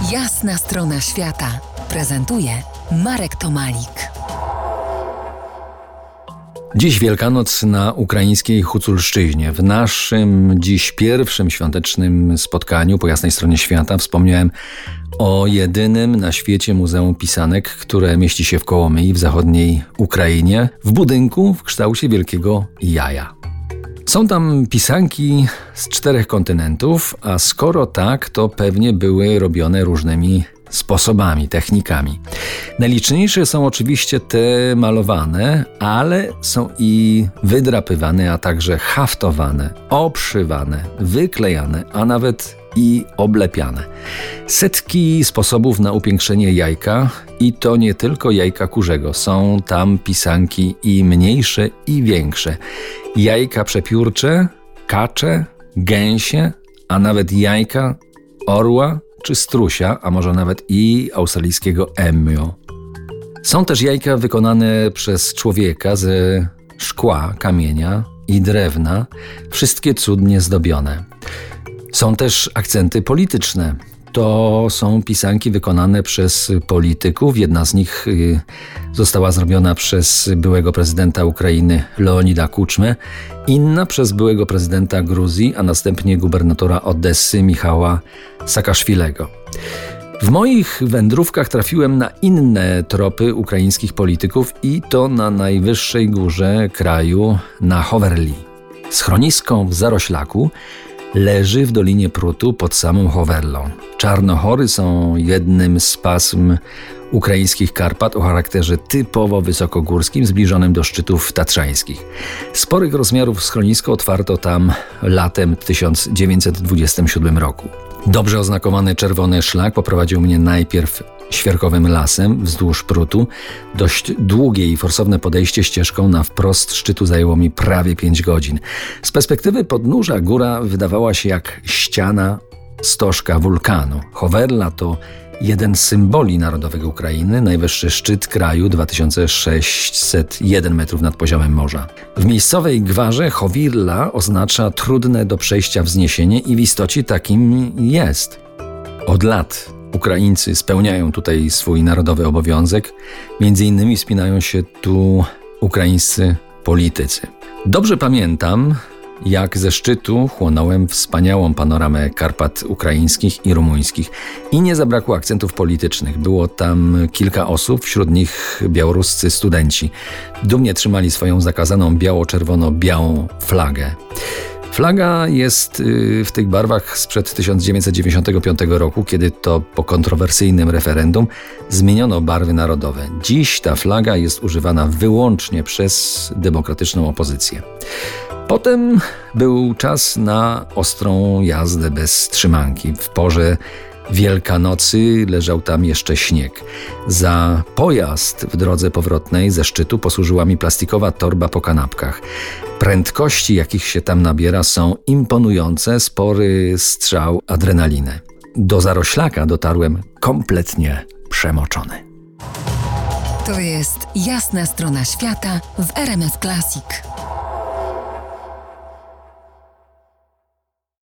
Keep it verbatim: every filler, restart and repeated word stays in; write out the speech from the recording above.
Jasna strona świata prezentuje Marek Tomalik. Dziś Wielkanoc na ukraińskiej Huculszczyźnie. W naszym dziś pierwszym świątecznym spotkaniu po jasnej stronie świata wspomniałem o jedynym na świecie Muzeum Pisanek, które mieści się w Kołomyi w zachodniej Ukrainie, w budynku w kształcie wielkiego jaja. Są tam pisanki z czterech kontynentów, a skoro tak, to pewnie były robione różnymi sposobami, technikami. Najliczniejsze są oczywiście te malowane, ale są i wydrapywane, a także haftowane, obszywane, wyklejane, a nawet i oblepiane. Setki sposobów na upiększenie jajka i to nie tylko jajka kurzego. Są tam pisanki i mniejsze, i większe. Jajka przepiórcze, kacze, gęsie, a nawet jajka orła czy strusia, a może nawet i australijskiego emu. Są też jajka wykonane przez człowieka ze szkła, kamienia i drewna, wszystkie cudnie zdobione. Są też akcenty polityczne. To są pisanki wykonane przez polityków. Jedna z nich y, została zrobiona przez byłego prezydenta Ukrainy Leonida Kuczmę, inna przez byłego prezydenta Gruzji, a następnie gubernatora Odessy Michała Saakaszwilego. W moich wędrówkach trafiłem na inne tropy ukraińskich polityków i to na najwyższej górze kraju, na Hoverli. Schronisko w zaroślaku leży w Dolinie Prutu pod samą Hoverlą. Czarnochory są jednym z pasm ukraińskich Karpat o charakterze typowo wysokogórskim, zbliżonym do szczytów tatrzańskich. Sporych rozmiarów schronisko otwarto tam latem tysiąc dziewięćset dwudziestym siódmym roku. Dobrze oznakowany czerwony szlak poprowadził mnie najpierw świerkowym lasem wzdłuż Prutu. Dość długie i forsowne podejście ścieżką na wprost szczytu zajęło mi prawie pięć godzin. Z perspektywy podnóża góra wydawała się jak ściana stożka wulkanu. Hoverla to jeden z symboli narodowego Ukrainy, najwyższy szczyt kraju dwa tysiące sześćset jeden metrów nad poziomem morza. W miejscowej gwarze Hovirla oznacza trudne do przejścia wzniesienie i w istocie takim jest. Od lat Ukraińcy spełniają tutaj swój narodowy obowiązek, między innymi wspinają się tu ukraińscy politycy. Dobrze pamiętam, jak ze szczytu chłonąłem wspaniałą panoramę Karpat ukraińskich i rumuńskich. I nie zabrakło akcentów politycznych. Było tam kilka osób, wśród nich białoruscy studenci. Dumnie trzymali swoją zakazaną biało-czerwono-białą flagę. Flaga jest w tych barwach sprzed tysiąc dziewięćset dziewięćdziesiątego piątego roku, kiedy to po kontrowersyjnym referendum zmieniono barwy narodowe. Dziś ta flaga jest używana wyłącznie przez demokratyczną opozycję. Potem był czas na ostrą jazdę bez trzymanki. W porze Wielkanocy leżał tam jeszcze śnieg. Za pojazd w drodze powrotnej ze szczytu posłużyła mi plastikowa torba po kanapkach. Prędkości, jakich się tam nabiera, są imponujące, spory strzał adrenaliny. Do zaroślaka dotarłem kompletnie przemoczony. To jest Jasna strona świata w R M F Classic.